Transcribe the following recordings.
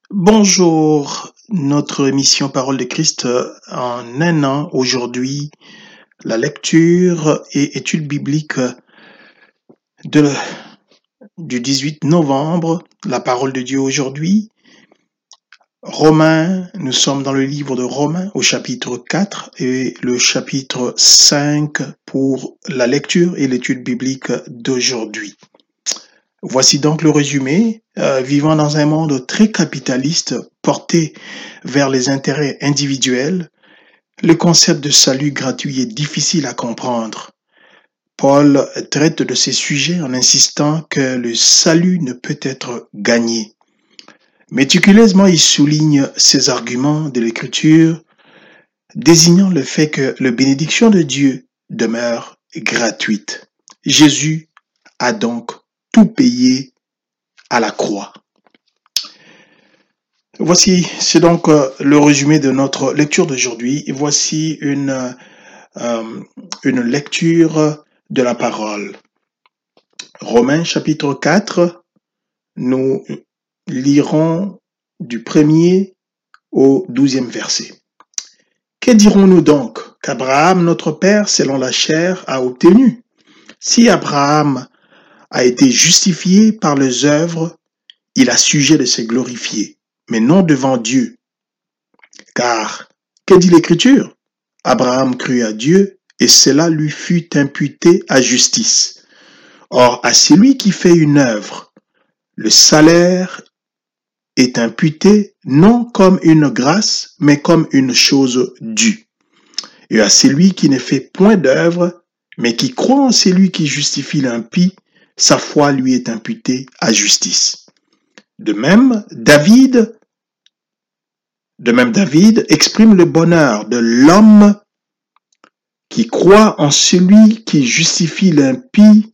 Bonjour, notre émission Parole de Christ en un an aujourd'hui, la lecture et étude biblique de, du 18 novembre, la parole de Dieu aujourd'hui. Romains, nous sommes dans le livre de Romains au chapitre 4 et le chapitre 5 pour la lecture et l'étude biblique d'aujourd'hui. Voici donc le résumé. Vivant dans un monde très capitaliste, porté vers les intérêts individuels, le concept de salut gratuit est difficile à comprendre. Paul traite de ces sujets en insistant que le salut ne peut être gagné. Méticuleusement, il souligne ces arguments de l'Écriture, désignant le fait que la bénédiction de Dieu demeure gratuite. Jésus a donc tout payé à la croix. Voici, c'est donc le résumé de notre lecture d'aujourd'hui. Voici une lecture de la parole. Romains chapitre 4, nous lirons du 1er au 12e verset. Que dirons-nous donc qu'Abraham, notre père, selon la chair, a obtenu? Si Abraham a été justifié par les œuvres, il a sujet de se glorifier, mais non devant Dieu. Car, que dit l'Écriture? Abraham crut à Dieu, et cela lui fut imputé à justice. Or, à celui qui fait une œuvre, le salaire est imputé non comme une grâce, mais comme une chose due. Et à celui qui ne fait point d'œuvre, mais qui croit en celui qui justifie l'impie, sa foi lui est imputée à justice. De même, David exprime le bonheur de l'homme qui croit en celui qui justifie l'impie.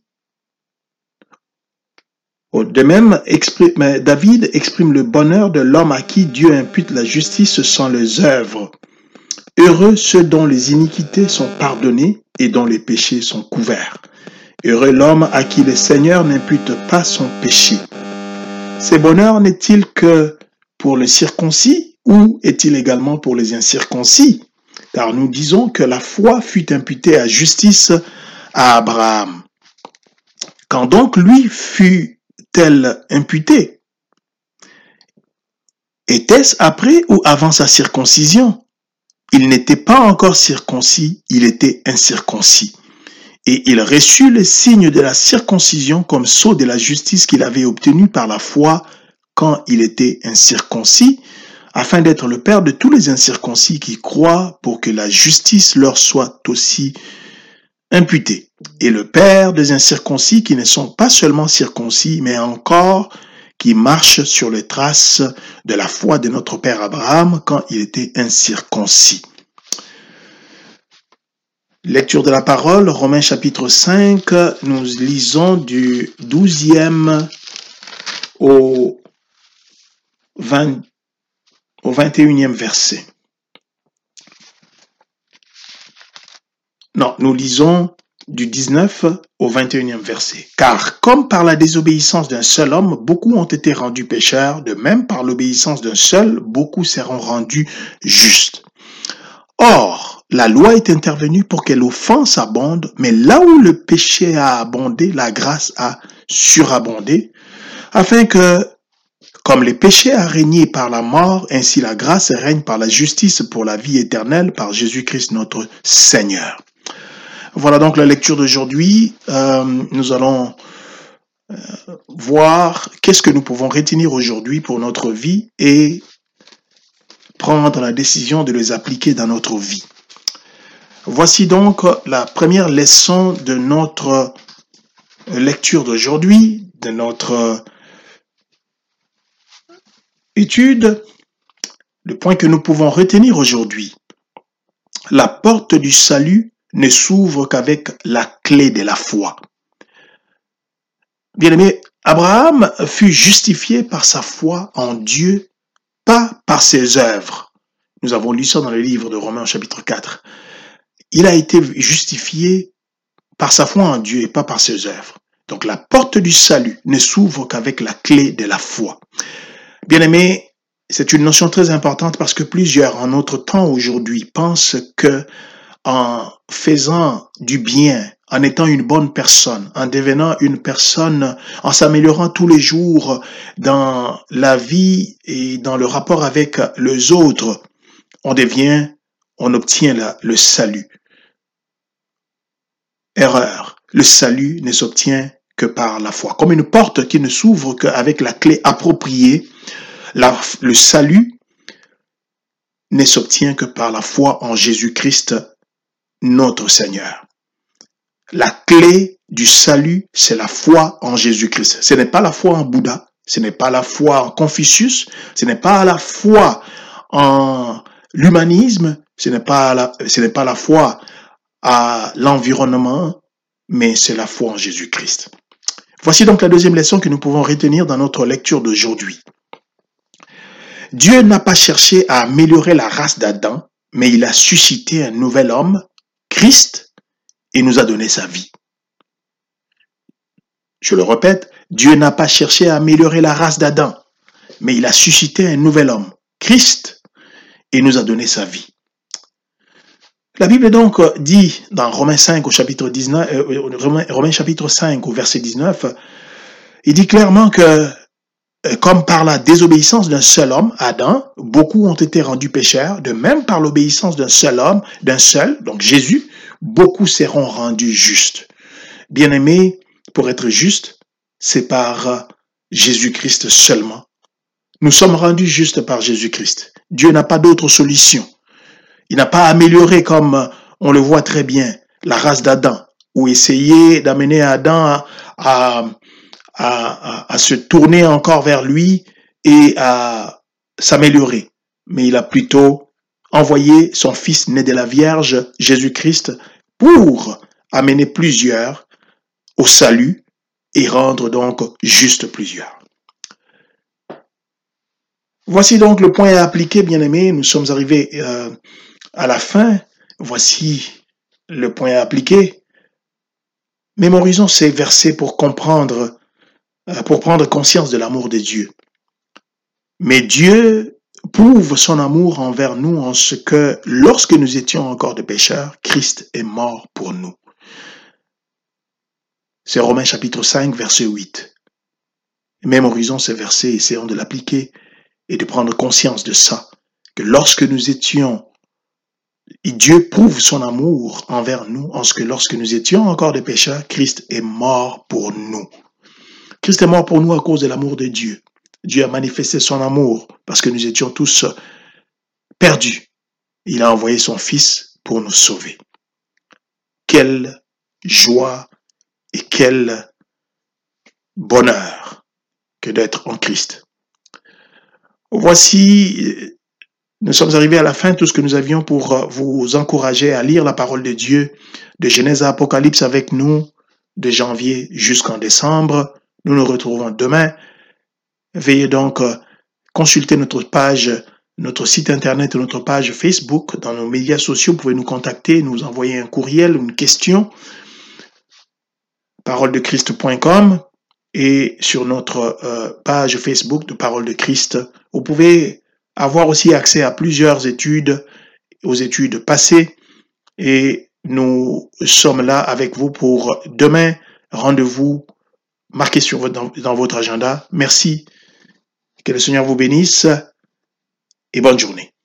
De même, David exprime le bonheur de l'homme à qui Dieu impute la justice sans les œuvres. Heureux ceux dont les iniquités sont pardonnées et dont les péchés sont couverts. Heureux l'homme à qui le Seigneur n'impute pas son péché. Ce bonheur n'est-il que pour les circoncis ou est-il également pour les incirconcis? Car nous disons que la foi fut imputée à justice à Abraham. Quand donc lui fut-elle imputée? Était-ce après ou avant sa circoncision? Il n'était pas encore circoncis, il était incirconcis. Et il reçut le signe de la circoncision comme sceau de la justice qu'il avait obtenu par la foi quand il était incirconcis, afin d'être le père de tous les incirconcis qui croient pour que la justice leur soit aussi imputée. Et le père des incirconcis qui ne sont pas seulement circoncis, mais encore qui marchent sur les traces de la foi de notre père Abraham quand il était incirconcis. Lecture de la parole, Romains chapitre 5, nous lisons du 12e au 21e verset. Non, nous lisons du 19 au 21e verset. Car comme par la désobéissance d'un seul homme, beaucoup ont été rendus pécheurs, de même par l'obéissance d'un seul, beaucoup seront rendus justes. Or, la loi est intervenue pour que l'offense abonde, mais là où le péché a abondé, la grâce a surabondé, afin que, comme le péché a régné par la mort, ainsi la grâce règne par la justice pour la vie éternelle par Jésus-Christ notre Seigneur. Voilà donc la lecture d'aujourd'hui. Nous allons voir qu'est-ce que nous pouvons retenir aujourd'hui pour notre vie et prendre la décision de les appliquer dans notre vie. Voici donc la première leçon de notre lecture d'aujourd'hui, de notre étude. Le point que nous pouvons retenir aujourd'hui, la porte du salut ne s'ouvre qu'avec la clé de la foi. Bien-aimé, Abraham fut justifié par sa foi en Dieu, pas par ses œuvres. Nous avons lu ça dans le livre de Romains chapitre 4. Il a été justifié par sa foi en Dieu et pas par ses œuvres. Donc la porte du salut ne s'ouvre qu'avec la clé de la foi. Bien-aimé, c'est une notion très importante parce que plusieurs en notre temps aujourd'hui pensent que en faisant du bien, en étant une bonne personne, en devenant une personne, en s'améliorant tous les jours dans la vie et dans le rapport avec les autres, on obtient le salut. Erreur. Le salut ne s'obtient que par la foi. Comme une porte qui ne s'ouvre qu'avec la clé appropriée, le salut ne s'obtient que par la foi en Jésus-Christ, notre Seigneur. La clé du salut, c'est la foi en Jésus-Christ. Ce n'est pas la foi en Bouddha, ce n'est pas la foi en Confucius, ce n'est pas la foi en l'humanisme, ce n'est pas la foi à l'environnement, mais c'est la foi en Jésus-Christ. Voici donc la deuxième leçon que nous pouvons retenir dans notre lecture d'aujourd'hui. Dieu n'a pas cherché à améliorer la race d'Adam, mais il a suscité un nouvel homme, Christ, et nous a donné sa vie. Je le répète, Dieu n'a pas cherché à améliorer la race d'Adam, mais il a suscité un nouvel homme, Christ, et nous a donné sa vie. La Bible donc dit dans Romains 5 au chapitre 19, Romains chapitre 5 au verset 19, il dit clairement que comme par la désobéissance d'un seul homme, Adam, beaucoup ont été rendus pécheurs, de même par l'obéissance d'un seul homme, donc Jésus, beaucoup seront rendus justes. Bien-aimés, pour être juste, c'est par Jésus-Christ seulement. Nous sommes rendus justes par Jésus-Christ. Dieu n'a pas d'autre solution. Il n'a pas amélioré, comme on le voit très bien, la race d'Adam, ou essayer d'amener Adam à se tourner encore vers lui et à s'améliorer. Mais il a plutôt envoyé son Fils né de la Vierge, Jésus-Christ, pour amener plusieurs au salut et rendre donc juste plusieurs. Voici donc le point à appliquer, bien-aimés. Nous sommes arrivés à la fin. Voici le point à appliquer. Mémorisons ces versets pour prendre conscience de l'amour de Dieu. Mais Dieu prouve son amour envers nous en ce que, lorsque nous étions encore des pécheurs, Christ est mort pour nous. C'est Romains chapitre 5, verset 8. Mémorisons ces versets, essayons de l'appliquer et de prendre conscience de ça, que lorsque nous étions, Dieu prouve son amour envers nous en ce que lorsque nous étions encore des pécheurs, Christ est mort pour nous. Christ est mort pour nous à cause de l'amour de Dieu. Dieu a manifesté son amour parce que nous étions tous perdus. Il a envoyé son Fils pour nous sauver. Quelle joie et quel bonheur que d'être en Christ. Voici, nous sommes arrivés à la fin, tout ce que nous avions pour vous encourager à lire la parole de Dieu, de Genèse à Apocalypse avec nous, de janvier jusqu'en décembre. Nous nous retrouvons demain. Veuillez donc consulter notre page, notre site internet et notre page Facebook. Dans nos médias sociaux, vous pouvez nous contacter, nous envoyer un courriel, une question. paroledechrist.com et sur notre page Facebook de Parole de Christ. Vous pouvez avoir aussi accès à plusieurs études, aux études passées, et nous sommes là avec vous pour demain. Rendez-vous marqué dans votre agenda. Merci. Que le Seigneur vous bénisse et bonne journée.